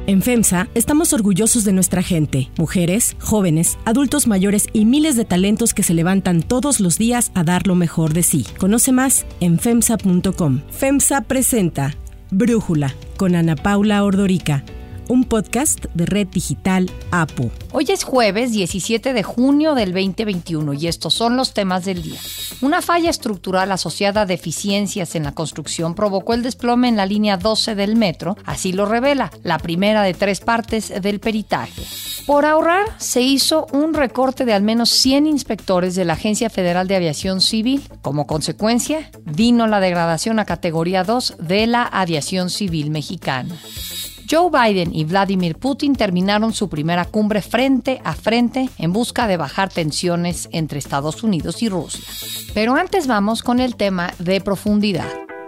En FEMSA estamos orgullosos de nuestra gente, mujeres, jóvenes, adultos mayores y miles de talentos que se levantan todos los días a dar lo mejor de sí. Conoce más en FEMSA.com. FEMSA presenta Brújula con Ana Paula Ordorica, un podcast de Red Digital APU. Hoy es jueves 17 de junio del 2021 y estos son los temas del día. Una falla estructural asociada a deficiencias en la construcción provocó el desplome en la línea 12 del metro, así lo revela la primera de 3 partes del peritaje. Por ahorrar, se hizo un recorte de al menos 100 inspectores de la Agencia Federal de Aviación Civil. Como consecuencia, vino la degradación a categoría 2 de la aviación civil mexicana. Joe Biden y Vladimir Putin terminaron su primera cumbre frente a frente en busca de bajar tensiones entre Estados Unidos y Rusia. Pero antes vamos con el tema de profundidad.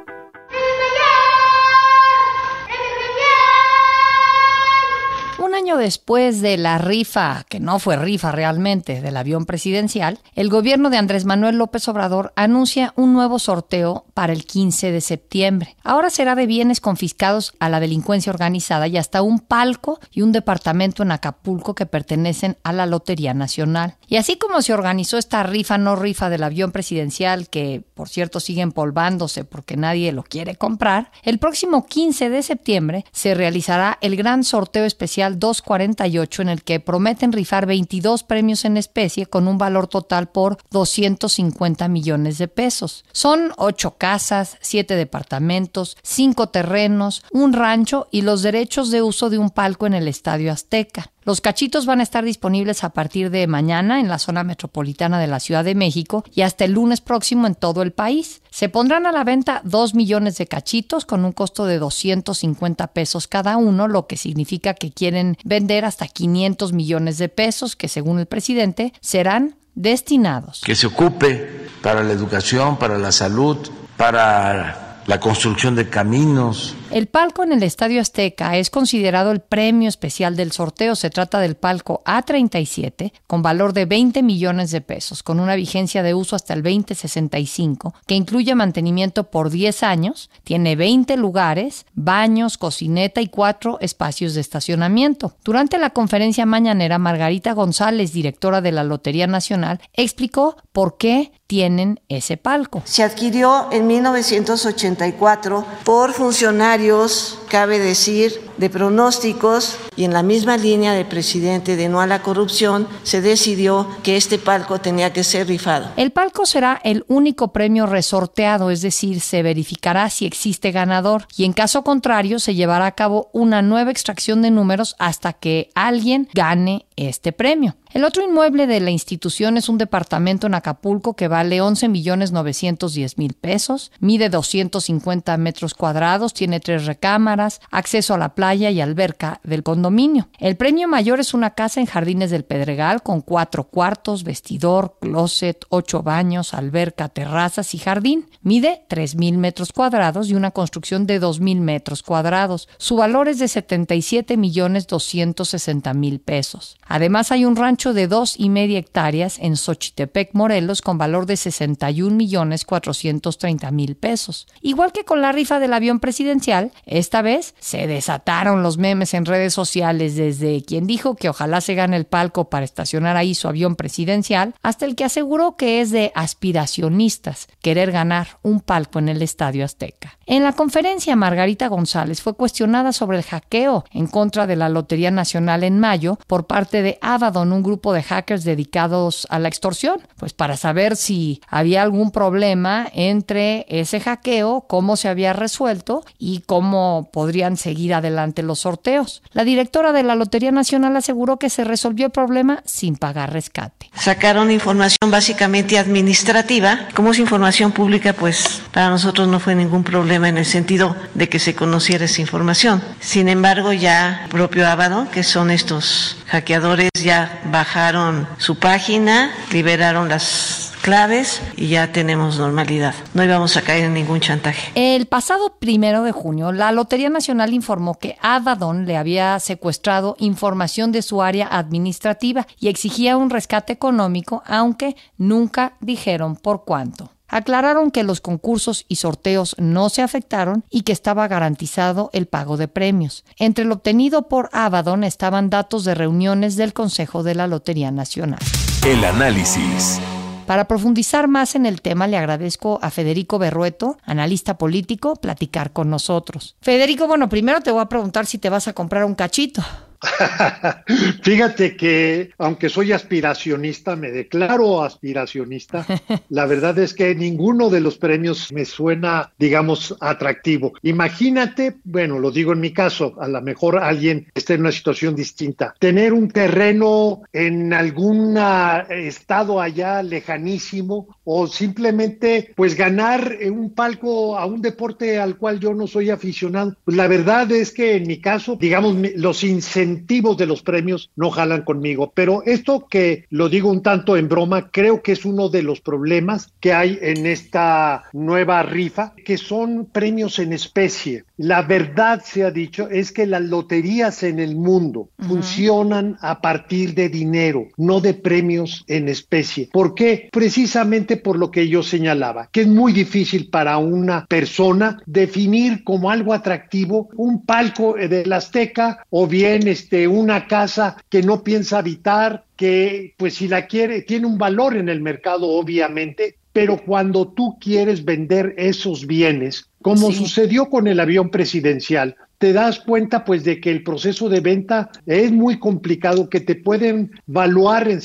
Un año después de la rifa, que no fue rifa realmente, del avión presidencial, el gobierno de Andrés Manuel López Obrador anuncia un nuevo sorteo para el 15 de septiembre. Ahora será de bienes confiscados a la delincuencia organizada y hasta un palco y un departamento en Acapulco que pertenecen a la Lotería Nacional. Y así como se organizó esta rifa no rifa del avión presidencial, que por cierto sigue empolvándose porque nadie lo quiere comprar, el próximo 15 de septiembre se realizará el gran sorteo especial 248 en el que prometen rifar 22 premios en especie con un valor total por 250 millones de pesos. Son 8 casas, 7 departamentos, 5 terrenos, un rancho y los derechos de uso de un palco en el Estadio Azteca. Los cachitos van a estar disponibles a partir de mañana en la zona metropolitana de la Ciudad de México y hasta el lunes próximo en todo el país. Se pondrán a la venta 2 millones de cachitos con un costo de 250 pesos cada uno, lo que significa que quieren vender hasta 500 millones de pesos que, según el presidente, serán destinados. Que se ocupe para la educación, para la salud, para la construcción de caminos. El palco en el Estadio Azteca es considerado el premio especial del sorteo. Se trata del palco A37 con valor de 20 millones de pesos, con una vigencia de uso hasta el 2065, que incluye mantenimiento por 10 años, tiene 20 lugares, baños, cocineta y 4 espacios de estacionamiento. Durante la conferencia mañanera, Margarita González, directora de la Lotería Nacional, explicó por qué tienen ese palco. Se adquirió en 1984 por funcionarios, cabe decir, de pronósticos, y en la misma línea del presidente de no a la corrupción, se decidió que este palco tenía que ser rifado. El palco será el único premio resorteado, es decir, se verificará si existe ganador y en caso contrario se llevará a cabo una nueva extracción de números hasta que alguien gane este premio. El otro inmueble de la institución es un departamento en Acapulco que vale 11,910,000 pesos, mide 250 metros cuadrados, tiene 3 recámaras, acceso a la playa y alberca del condominio. El premio mayor es una casa en Jardines del Pedregal con 4 cuartos, vestidor, closet, 8 baños, alberca, terrazas y jardín. Mide 3,000 metros cuadrados y una construcción de 2,000 metros cuadrados. Su valor es de 77,260,000 pesos. Además hay un rancho de 2,5 hectáreas en Xochitepec, Morelos, con valor de 61,430,000 pesos. Igual que con la rifa del avión presidencial, esta vez se desataron los memes en redes sociales, desde quien dijo que ojalá se gane el palco para estacionar ahí su avión presidencial, hasta el que aseguró que es de aspiracionistas querer ganar un palco en el Estadio Azteca. En la conferencia, Margarita González fue cuestionada sobre el hackeo en contra de la Lotería Nacional en mayo por parte de Abaddon, un grupo de hackers dedicados a la extorsión, pues para saber si había algún problema entre ese hackeo, cómo se había resuelto y cómo podrían seguir adelante los sorteos. La directora de la Lotería Nacional aseguró que se resolvió el problema sin pagar rescate. Sacaron información básicamente administrativa. Como es información pública, pues para nosotros no fue ningún problema en el sentido de que se conociera esa información. Sin embargo, ya el propio Abaddon, que son estos hackeadores, ya bajaron su página, liberaron las claves y ya tenemos normalidad. No íbamos a caer en ningún chantaje. El pasado 1 de junio, la Lotería Nacional informó que Abaddon le había secuestrado información de su área administrativa y exigía un rescate económico, aunque nunca dijeron por cuánto. Aclararon que los concursos y sorteos no se afectaron y que estaba garantizado el pago de premios. Entre lo obtenido por Abaddon estaban datos de reuniones del Consejo de la Lotería Nacional. El análisis. Para profundizar más en el tema, le agradezco a Federico Berrueto, analista político, platicar con nosotros. Federico, bueno, primero te voy a preguntar si te vas a comprar un cachito. Fíjate que, aunque soy aspiracionista, me declaro aspiracionista, la verdad es que ninguno de los premios me suena, digamos, atractivo. Imagínate, bueno, lo digo en mi caso, a lo mejor alguien está en una situación distinta, tener un terreno en algún estado allá lejanísimo o simplemente pues ganar un palco a un deporte al cual yo no soy aficionado. Pues la verdad es que en mi caso, digamos, los incentivos de los premios no jalan conmigo, pero esto que lo digo un tanto en broma, creo que es uno de los problemas que hay en esta nueva rifa, que son premios en especie. La verdad se ha dicho es que las loterías en el mundo funcionan a partir de dinero, no de premios en especie. ¿Por qué? Precisamente por lo que yo señalaba, que es muy difícil para una persona definir como algo atractivo un palco del Azteca o bien una casa que no piensa habitar, que pues si la quiere, tiene un valor en el mercado obviamente, pero cuando tú quieres vender esos bienes, como sucedió con el avión presidencial, te das cuenta pues de que el proceso de venta es muy complicado, que te pueden valuar en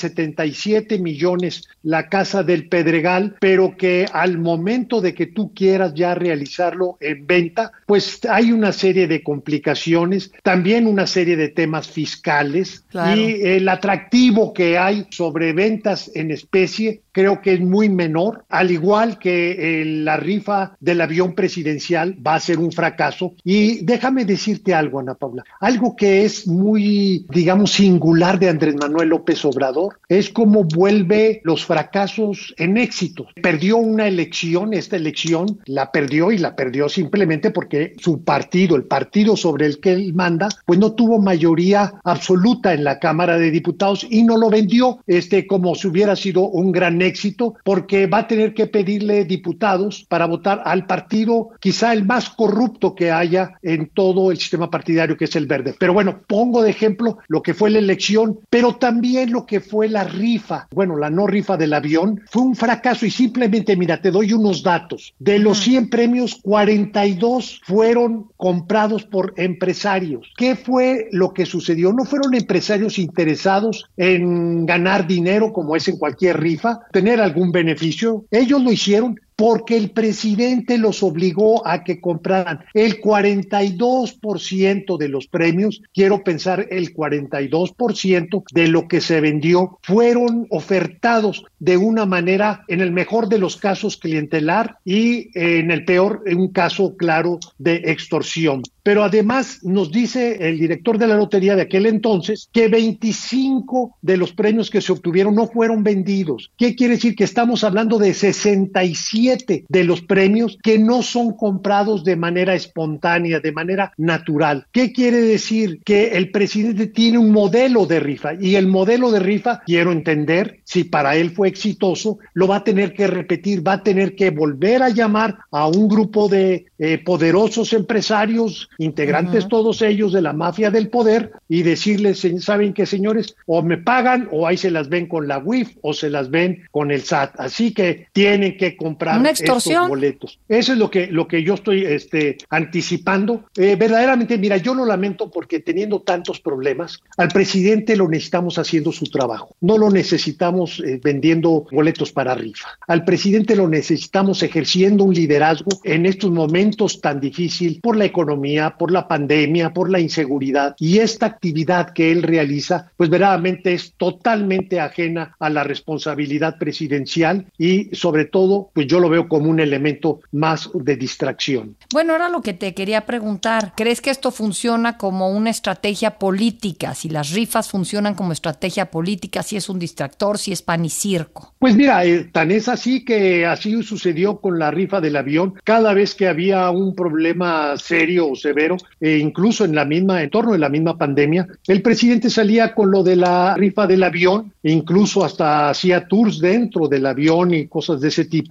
77 millones la casa del Pedregal, pero que al momento de que tú quieras ya realizarlo en venta, pues hay una serie de complicaciones, también una serie de temas fiscales, claro. Y el atractivo que hay sobre ventas en especie creo que es muy menor, al igual que la rifa del avión presidencial va a ser un fracaso. Y déjame decirte algo, Ana Paula, algo que es muy, digamos, singular de Andrés Manuel López Obrador, es cómo vuelve los fracasos en éxitos. Perdió una elección, esta elección la perdió y la perdió simplemente porque su partido, el partido sobre el que él manda, pues no tuvo mayoría absoluta en la Cámara de Diputados y no lo vendió como si hubiera sido un gran éxito, porque va a tener que pedirle diputados para votar al partido quizá el más corrupto que haya en todo el sistema partidario, que es el Verde. Pero bueno, pongo de ejemplo lo que fue la elección, pero también lo que fue la rifa. Bueno, la no rifa del avión fue un fracaso y simplemente, mira, te doy unos datos. De los 100 premios, 42 fueron comprados por empresarios. ¿Qué fue lo que sucedió? No fueron empresarios interesados en ganar dinero como es en cualquier rifa, tener algún beneficio. Ellos lo hicieron porque el presidente los obligó a que compraran el 42% de los premios. Quiero pensar el 42% de lo que se vendió fueron ofertados de una manera, en el mejor de los casos, clientelar y en el peor, en un caso claro de extorsión. Pero además nos dice el director de la lotería de aquel entonces que 25 de los premios que se obtuvieron no fueron vendidos. ¿Qué quiere decir? Que estamos hablando de 67 de los premios que no son comprados de manera espontánea, de manera natural. ¿Qué quiere decir? Que el presidente tiene un modelo de rifa y el modelo de rifa, quiero entender, si para él fue exitoso, lo va a tener que repetir, va a tener que volver a llamar a un grupo de poderosos empresarios, integrantes todos ellos de la mafia del poder, y decirles, ¿saben qué, señores? O me pagan o ahí se las ven con la UIF o se las ven con el SAT. Así que tienen que comprar ¿una extorsión? Estos boletos. Eso es lo que yo estoy anticipando. Verdaderamente, mira, yo lo lamento porque teniendo tantos problemas, al presidente lo necesitamos haciendo su trabajo. No lo necesitamos vendiendo boletos para rifa. Al presidente lo necesitamos ejerciendo un liderazgo en estos momentos tan difíciles por la economía, por la pandemia, por la inseguridad. Y esta actividad que él realiza, pues verdaderamente es totalmente ajena a la responsabilidad presidencial y sobre todo, pues yo lo veo como un elemento más de distracción. Bueno, era lo que te quería preguntar. ¿Crees que esto funciona como una estrategia política? Si las rifas funcionan como estrategia política, si es un distractor, si es pan y circo. Pues mira, tan es así que así sucedió con la rifa del avión. Cada vez que había un problema serio o severo, incluso en torno de la misma pandemia, el presidente salía con lo de la rifa del avión, incluso hasta hacía tours dentro del avión y cosas de ese tipo, y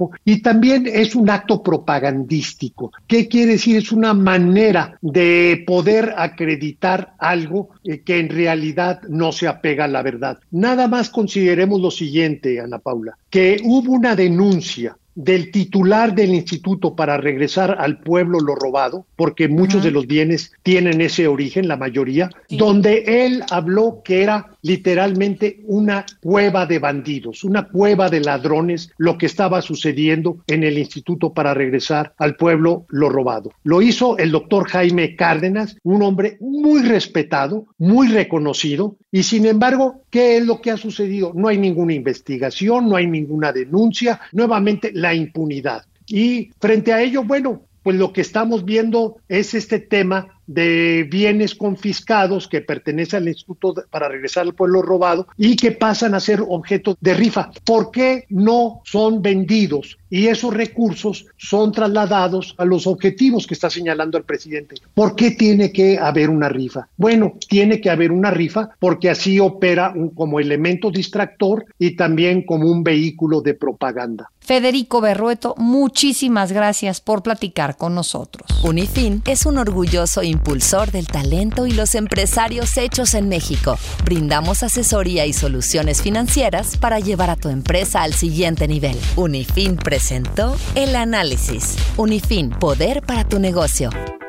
también es un acto propagandístico. ¿Qué quiere decir? Es una manera de poder acreditar algo que en realidad no se apega a la verdad. Nada más consideremos lo siguiente, Ana Paula, que hubo una denuncia del titular del instituto para regresar al pueblo lo robado, porque muchos de los bienes tienen ese origen, la mayoría, donde él habló que era literalmente una cueva de bandidos, una cueva de ladrones, lo que estaba sucediendo en el instituto para regresar al pueblo lo robado. Lo hizo el doctor Jaime Cárdenas, un hombre muy respetado, muy reconocido, y sin embargo, ¿qué es lo que ha sucedido? No hay ninguna investigación, no hay ninguna denuncia, nuevamente la impunidad. Y frente a ello, bueno, pues lo que estamos viendo es este tema de bienes confiscados que pertenecen al Instituto para regresar al pueblo robado y que pasan a ser objeto de rifa. ¿Por qué no son vendidos y esos recursos son trasladados a los objetivos que está señalando el presidente? ¿Por qué tiene que haber una rifa? Bueno, tiene que haber una rifa porque así opera como elemento distractor y también como un vehículo de propaganda. Federico Berrueto, muchísimas gracias por platicar con nosotros. Unifin es un orgulloso impulsor del talento y los empresarios hechos en México. Brindamos asesoría y soluciones financieras para llevar a tu empresa al siguiente nivel. Unifin presentó El Análisis. Unifin, poder para tu negocio.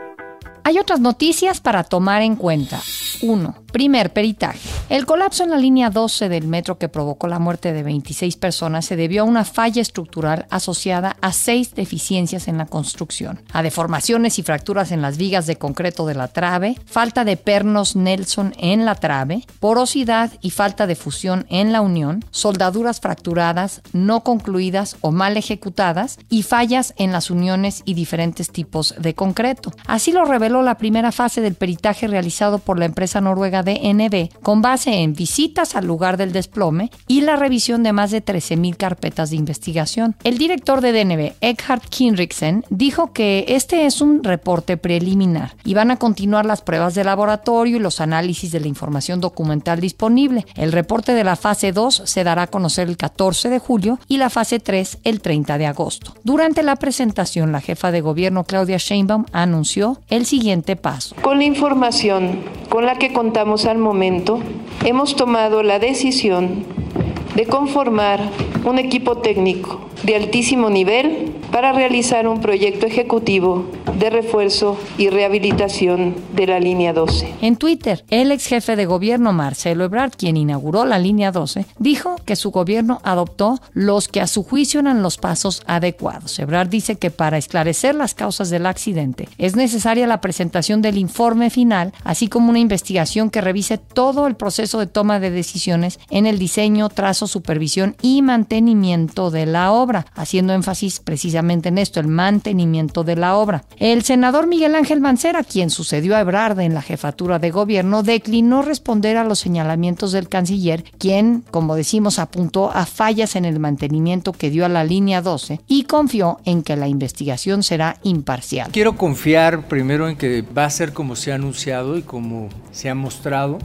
Hay otras noticias para tomar en cuenta. 1. Primer peritaje. El colapso en la línea 12 del metro que provocó la muerte de 26 personas se debió a una falla estructural asociada a 6 deficiencias en la construcción, a deformaciones y fracturas en las vigas de concreto de la trave, falta de pernos Nelson en la trave, porosidad y falta de fusión en la unión, soldaduras fracturadas, no concluidas o mal ejecutadas y fallas en las uniones y diferentes tipos de concreto. Así lo reveló la primera fase del peritaje realizado por la empresa noruega DNB, con base en visitas al lugar del desplome y la revisión de más de 13,000 carpetas de investigación. El director de DNB, Eckhard Kinriksen, dijo que este es un reporte preliminar y van a continuar las pruebas de laboratorio y los análisis de la información documental disponible. El reporte de la fase 2 se dará a conocer el 14 de julio y la fase 3 el 30 de agosto. Durante la presentación, la jefa de gobierno Claudia Sheinbaum anunció el siguiente paso. Con la información con la que contamos al momento, hemos tomado la decisión de conformar un equipo técnico de altísimo nivel para realizar un proyecto ejecutivo de refuerzo y rehabilitación de la línea 12. En Twitter, el ex jefe de gobierno Marcelo Ebrard, quien inauguró la línea 12, dijo que su gobierno adoptó los que a su juicio eran los pasos adecuados. Ebrard dice que para esclarecer las causas del accidente es necesaria la presentación del informe final, así como una investigación que revise todo el proceso de toma de decisiones en el diseño, trazo, supervisión y mantenimiento de la obra, haciendo énfasis precisamente en esto, el mantenimiento de la obra. El senador Miguel Ángel Mancera, quien sucedió a Ebrard en la jefatura de gobierno, declinó responder a los señalamientos del canciller, quien, como decimos, apuntó a fallas en el mantenimiento que dio a la línea 12 y confió en que la investigación será imparcial. Quiero confiar primero en que va a ser como se ha anunciado y como se ha mostrado,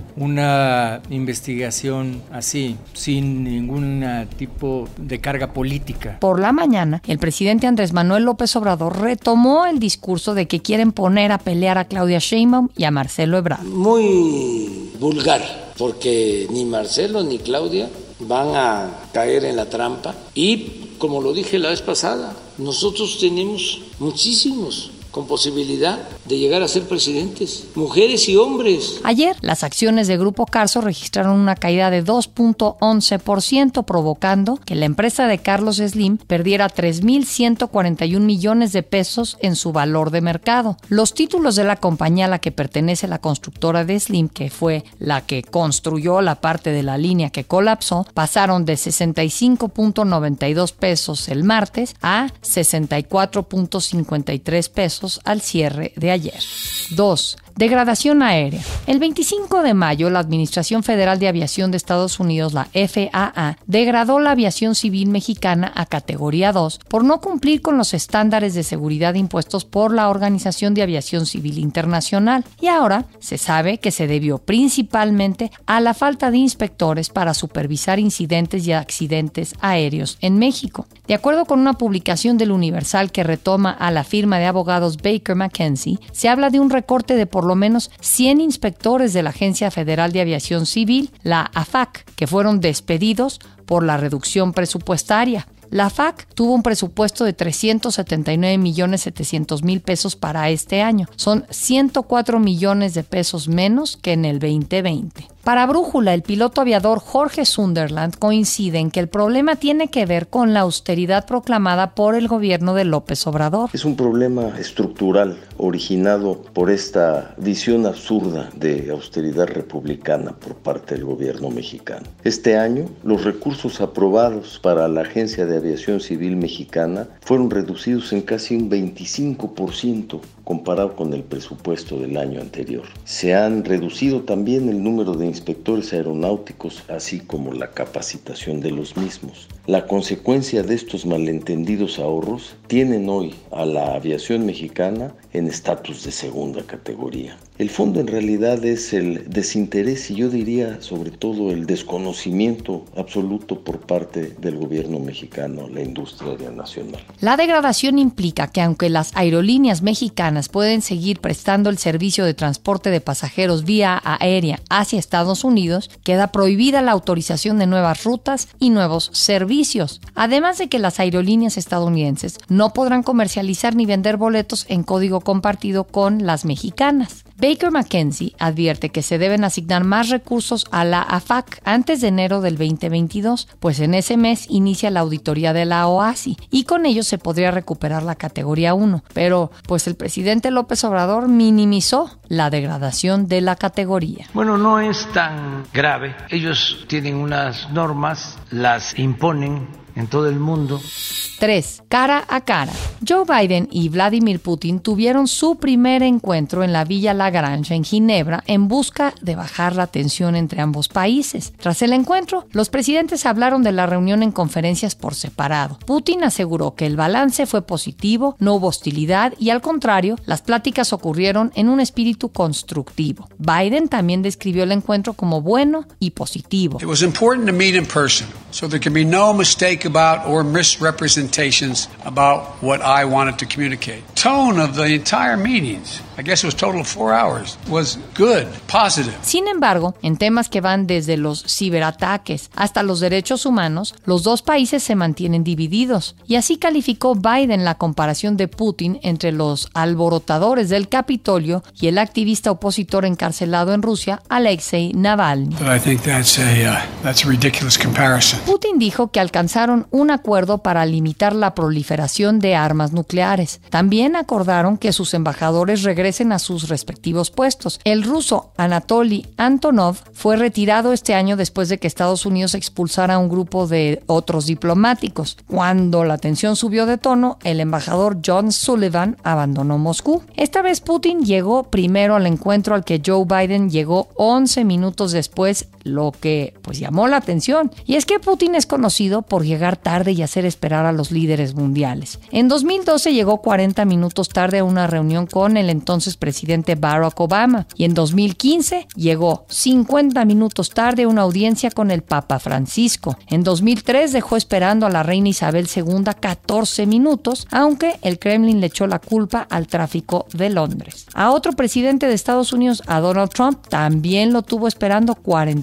una investigación así, sin ningún tipo de carga política. Por la mañana, el presidente Andrés Manuel López Obrador retomó el discurso de que quieren poner a pelear a Claudia Sheinbaum y a Marcelo Ebrard. Muy vulgar, porque ni Marcelo ni Claudia van a caer en la trampa. Y, como lo dije la vez pasada, nosotros tenemos muchísimos con posibilidad de llegar a ser presidentes, mujeres y hombres. Ayer, las acciones de Grupo Carso registraron una caída de 2.11%, provocando que la empresa de Carlos Slim perdiera 3,141 millones de pesos en su valor de mercado. Los títulos de la compañía a la que pertenece la constructora de Slim, que fue la que construyó la parte de la línea que colapsó, pasaron de 65.92 pesos el martes a 64.53 pesos al cierre de ayer. 2. Degradación aérea. El 25 de mayo, la Administración Federal de Aviación de Estados Unidos, la FAA, degradó la aviación civil mexicana a categoría 2 por no cumplir con los estándares de seguridad impuestos por la Organización de Aviación Civil Internacional. Y ahora se sabe que se debió principalmente a la falta de inspectores para supervisar incidentes y accidentes aéreos en México. De acuerdo con una publicación del Universal que retoma a la firma de abogados Baker McKenzie, se habla de un recorte de por lo menos 100 inspectores de la Agencia Federal de Aviación Civil, la AFAC, que fueron despedidos por la reducción presupuestaria. La AFAC tuvo un presupuesto de 379.700.000 pesos para este año. Son 104 millones de pesos menos que en el 2020. Para Brújula, el piloto aviador Jorge Sunderland coincide en que el problema tiene que ver con la austeridad proclamada por el gobierno de López Obrador. Es un problema estructural originado por esta visión absurda de austeridad republicana por parte del gobierno mexicano. Este año, los recursos aprobados para la Agencia de Aviación Civil Mexicana fueron reducidos en casi un 25% comparado con el presupuesto del año anterior. Se han reducido también el número de inspectores aeronáuticos, así como la capacitación de los mismos. La consecuencia de estos malentendidos ahorros tienen hoy a la aviación mexicana en estatus de segunda categoría. El fondo en realidad es el desinterés y yo diría sobre todo el desconocimiento absoluto por parte del gobierno mexicano a la industria aérea nacional. La degradación implica que aunque las aerolíneas mexicanas pueden seguir prestando el servicio de transporte de pasajeros vía aérea hacia Estados Unidos, queda prohibida la autorización de nuevas rutas y nuevos servicios. Además de que las aerolíneas estadounidenses no podrán comercializar ni vender boletos en código compartido con las mexicanas. Baker McKenzie advierte que se deben asignar más recursos a la AFAC antes de enero del 2022, pues en ese mes inicia la auditoría de la OASI y con ello se podría recuperar la categoría 1. Pero pues el presidente López Obrador minimizó la degradación de la categoría. Bueno, no es tan grave. Ellos tienen unas normas, las imponen en todo el mundo. 3. Cara a cara. Joe Biden y Vladimir Putin tuvieron su primer encuentro en la Villa Lagrange en Ginebra en busca de bajar la tensión entre ambos países. Tras el encuentro, los presidentes hablaron de la reunión en conferencias por separado. Putin aseguró que el balance fue positivo, no hubo hostilidad y al contrario, las pláticas ocurrieron en un espíritu constructivo. Biden también describió el encuentro como bueno y positivo. It was important to meet in person, so there can be no mistake about or misrepresentations about what I wanted to communicate. Tone of the entire meetings, I guess it was total of 4 hours, was good, positive. Sin embargo, en temas que van desde los ciberataques hasta los derechos humanos, los dos países se mantienen divididos. Y así calificó Biden la comparación de Putin entre los alborotadores del Capitolio y el activista opositor encarcelado en Rusia, Alexei Navalny. But I think that's a ridiculous comparison. Putin dijo que alcanzaron un acuerdo para limitar la proliferación de armas nucleares. También acordaron que sus embajadores regresen a sus respectivos puestos. El ruso Anatoly Antonov fue retirado este año después de que Estados Unidos expulsara a un grupo de otros diplomáticos. Cuando la tensión subió de tono, el embajador John Sullivan abandonó Moscú. Esta vez Putin llegó primero al encuentro al que Joe Biden llegó 11 minutos después, lo que pues llamó la atención. Y es que Putin es conocido por llegar tarde y hacer esperar a los líderes mundiales. En 2012 llegó 40 minutos tarde a una reunión con el entonces presidente Barack Obama y en 2015 llegó 50 minutos tarde a una audiencia con el Papa Francisco. En 2003 dejó esperando a la reina Isabel II 14 minutos, aunque el Kremlin le echó la culpa al tráfico de Londres. A otro presidente de Estados Unidos, a Donald Trump, también lo tuvo esperando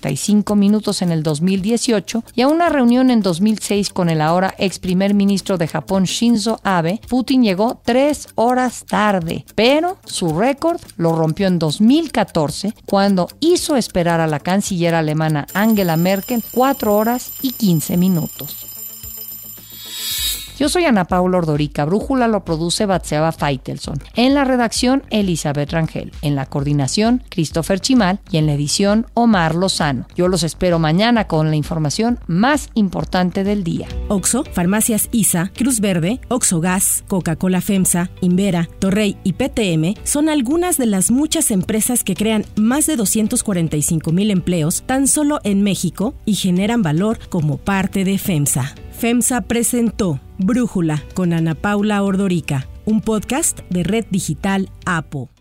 45 minutos en el 2018 y a una reunión en 2006 con el ahora ex primer ministro de Japón Shinzo Abe, Putin llegó 3 horas tarde, pero su récord lo rompió en 2014 cuando hizo esperar a la canciller alemana Angela Merkel 4 horas y 15 minutos. Yo soy Ana Paula Ordorica. Brújula lo produce Batseba Faitelson. En la redacción, Elizabeth Rangel. En la coordinación, Christopher Chimal. Y en la edición, Omar Lozano. Yo los espero mañana con la información más importante del día. Oxxo, Farmacias ISA, Cruz Verde, Oxxo Gas, Coca-Cola FEMSA, Invera, Torrey y PTM son algunas de las muchas empresas que crean más de 245,000 empleos tan solo en México y generan valor como parte de FEMSA. FEMSA presentó Brújula con Ana Paula Ordorica, un podcast de Red Digital APO.